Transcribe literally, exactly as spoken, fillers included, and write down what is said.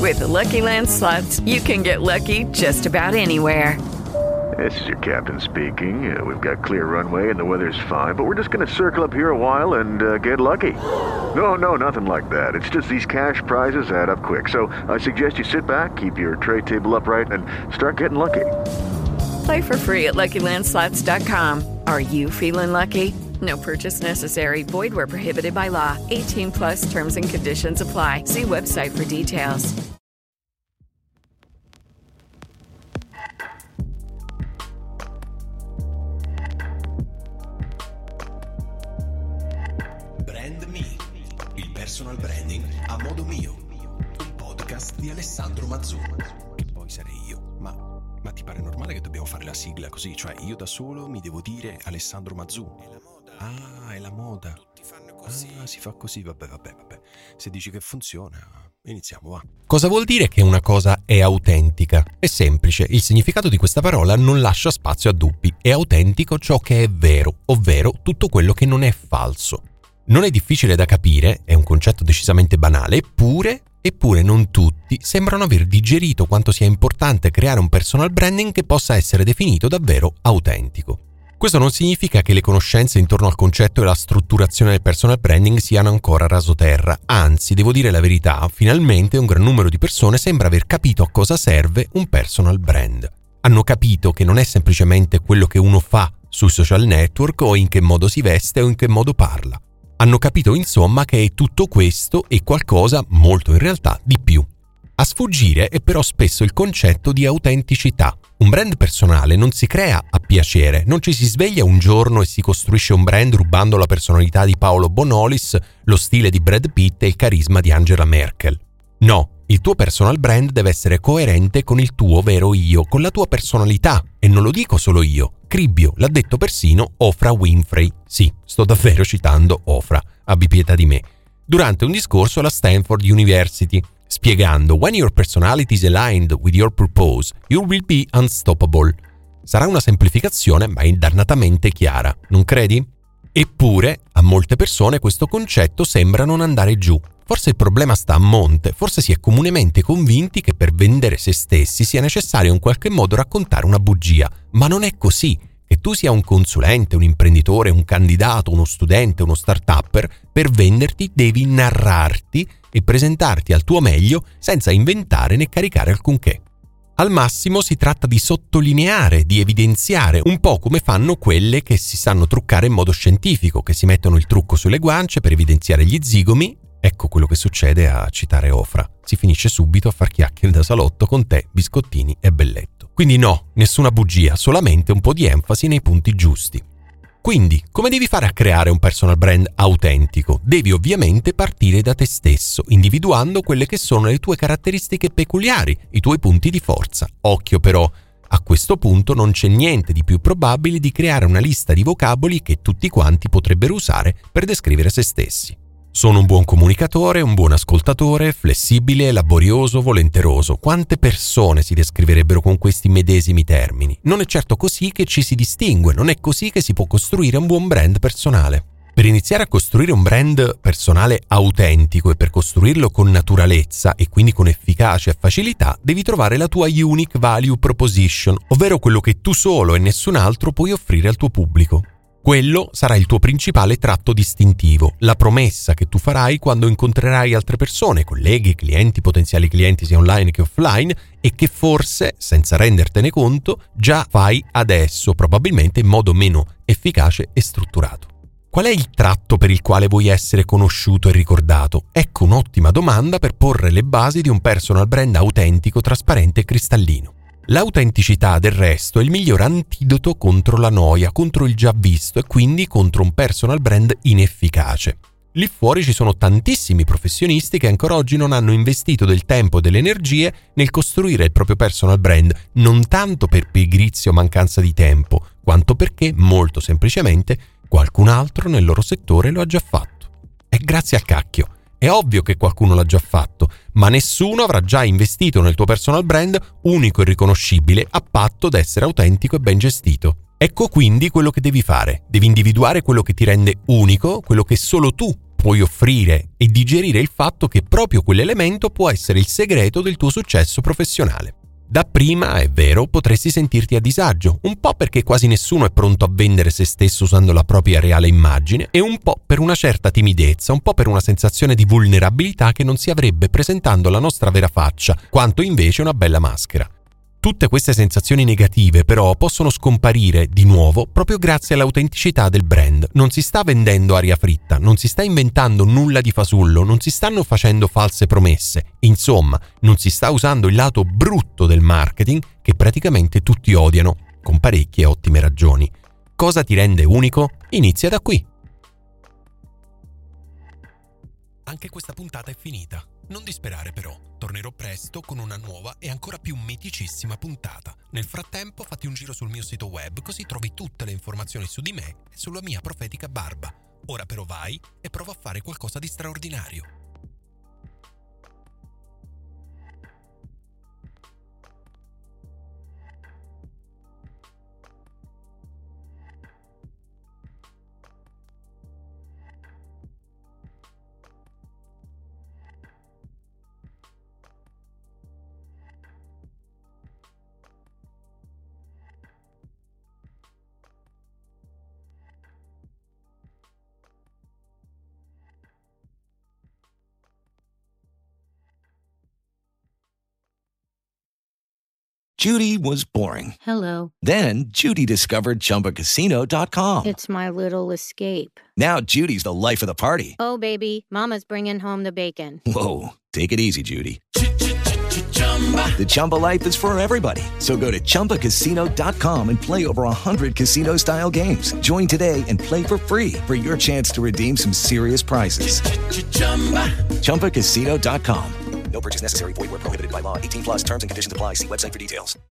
With the Lucky Land Slots, you can get lucky just about anywhere. This is your captain speaking. Uh, we've got clear runway and the weather's fine, but we're just going to circle up here a while and uh, get lucky. No, no, nothing like that. It's just these cash prizes add up quick. So I suggest you sit back, keep your tray table upright, and start getting lucky. Play for free at Lucky Land Slots dot com. Are you feeling lucky? No purchase necessary. Void where prohibited by law. eighteen plus terms and conditions apply. See website for details. Brand Me, il personal branding a modo mio. Un podcast di Alessandro Mazzù. Che poi sarei io, ma, ma ti pare normale che dobbiamo fare la sigla così? Cioè io da solo mi devo dire Alessandro Mazzù? Ah, è la moda. Tutti fanno così. Ah, si fa così, vabbè, vabbè, vabbè. Se dici che funziona, iniziamo, va. Cosa vuol dire che una cosa è autentica? È semplice, il significato di questa parola non lascia spazio a dubbi. È autentico ciò che è vero, ovvero tutto quello che non è falso. Non è difficile da capire, è un concetto decisamente banale, eppure, eppure non tutti sembrano aver digerito quanto sia importante creare un personal branding che possa essere definito davvero autentico. Questo non significa che le conoscenze intorno al concetto e la strutturazione del personal branding siano ancora rasoterra, anzi, devo dire la verità, finalmente un gran numero di persone sembra aver capito a cosa serve un personal brand. Hanno capito che non è semplicemente quello che uno fa sui social network o in che modo si veste o in che modo parla. Hanno capito insomma che è tutto questo e qualcosa, molto in realtà, di più. A sfuggire è però spesso il concetto di autenticità. Un brand personale non si crea a piacere, non ci si sveglia un giorno e si costruisce un brand rubando la personalità di Paolo Bonolis, lo stile di Brad Pitt e il carisma di Angela Merkel. No, il tuo personal brand deve essere coerente con il tuo vero io, con la tua personalità. E non lo dico solo io. Cribbio l'ha detto persino Oprah Winfrey. Sì, sto davvero citando Oprah, abbi pietà di me. Durante un discorso alla Stanford University, spiegando «When your personality is aligned with your purpose, you will be unstoppable». Sarà una semplificazione, ma è dannatamente chiara, non credi? Eppure, a molte persone questo concetto sembra non andare giù. Forse il problema sta a monte, forse si è comunemente convinti che per vendere se stessi sia necessario in qualche modo raccontare una bugia, ma non è così. Che tu sia un consulente, un imprenditore, un candidato, uno studente, uno start-upper, per venderti devi narrarti e presentarti al tuo meglio senza inventare né caricare alcunché. Al massimo si tratta di sottolineare, di evidenziare, un po' come fanno quelle che si sanno truccare in modo scientifico, che si mettono il trucco sulle guance per evidenziare gli zigomi. Ecco quello che succede a citare Oprah. Si finisce subito a far chiacchiere da salotto con tè, biscottini e belletto. Quindi no, nessuna bugia, solamente un po' di enfasi nei punti giusti. Quindi, come devi fare a creare un personal brand autentico? Devi ovviamente partire da te stesso, individuando quelle che sono le tue caratteristiche peculiari, i tuoi punti di forza. Occhio però, a questo punto non c'è niente di più probabile di creare una lista di vocaboli che tutti quanti potrebbero usare per descrivere se stessi. Sono un buon comunicatore, un buon ascoltatore, flessibile, laborioso, volenteroso. Quante persone si descriverebbero con questi medesimi termini? Non è certo così che ci si distingue, non è così che si può costruire un buon brand personale. Per iniziare a costruire un brand personale autentico e per costruirlo con naturalezza e quindi con efficacia e facilità, devi trovare la tua unique value proposition, ovvero quello che tu solo e nessun altro puoi offrire al tuo pubblico. Quello sarà il tuo principale tratto distintivo, la promessa che tu farai quando incontrerai altre persone, colleghi, clienti, potenziali clienti sia online che offline e che forse, senza rendertene conto, già fai adesso, probabilmente in modo meno efficace e strutturato. Qual è il tratto per il quale vuoi essere conosciuto e ricordato? Ecco un'ottima domanda per porre le basi di un personal brand autentico, trasparente e cristallino. L'autenticità, del resto, è il miglior antidoto contro la noia, contro il già visto e quindi contro un personal brand inefficace. Lì fuori ci sono tantissimi professionisti che ancora oggi non hanno investito del tempo e delle energie nel costruire il proprio personal brand, non tanto per pigrizia o mancanza di tempo, quanto perché, molto semplicemente, qualcun altro nel loro settore lo ha già fatto. E grazie al cacchio! È ovvio che qualcuno l'ha già fatto, ma nessuno avrà già investito nel tuo personal brand unico e riconoscibile a patto d'essere autentico e ben gestito. Ecco quindi quello che devi fare. Devi individuare quello che ti rende unico, quello che solo tu puoi offrire e digerire il fatto che proprio quell'elemento può essere il segreto del tuo successo professionale. Dapprima, è vero, potresti sentirti a disagio, un po' perché quasi nessuno è pronto a vendere se stesso usando la propria reale immagine e un po' per una certa timidezza, un po' per una sensazione di vulnerabilità che non si avrebbe presentando la nostra vera faccia, quanto invece una bella maschera. Tutte queste sensazioni negative però possono scomparire di nuovo proprio grazie all'autenticità del brand. Non si sta vendendo aria fritta, non si sta inventando nulla di fasullo, non si stanno facendo false promesse. Insomma, non si sta usando il lato brutto del marketing che praticamente tutti odiano, con parecchie ottime ragioni. Cosa ti rende unico? Inizia da qui. Anche questa puntata è finita. Non disperare però, tornerò presto con una nuova e ancora più miticissima puntata. Nel frattempo fatti un giro sul mio sito web così trovi tutte le informazioni su di me e sulla mia profetica barba. Ora però vai e prova a fare qualcosa di straordinario. Judy was boring. Hello. Then Judy discovered Chumba Casino dot com. It's my little escape. Now Judy's the life of the party. Oh, baby, mama's bringing home the bacon. Whoa, take it easy, Judy. The Chumba life is for everybody. So go to Chumba Casino dot com and play over one hundred casino-style games. Join today and play for free for your chance to redeem some serious prizes. Chumba Casino dot com. No purchase necessary. Void where prohibited by law. eighteen plus terms and conditions apply. See website for details.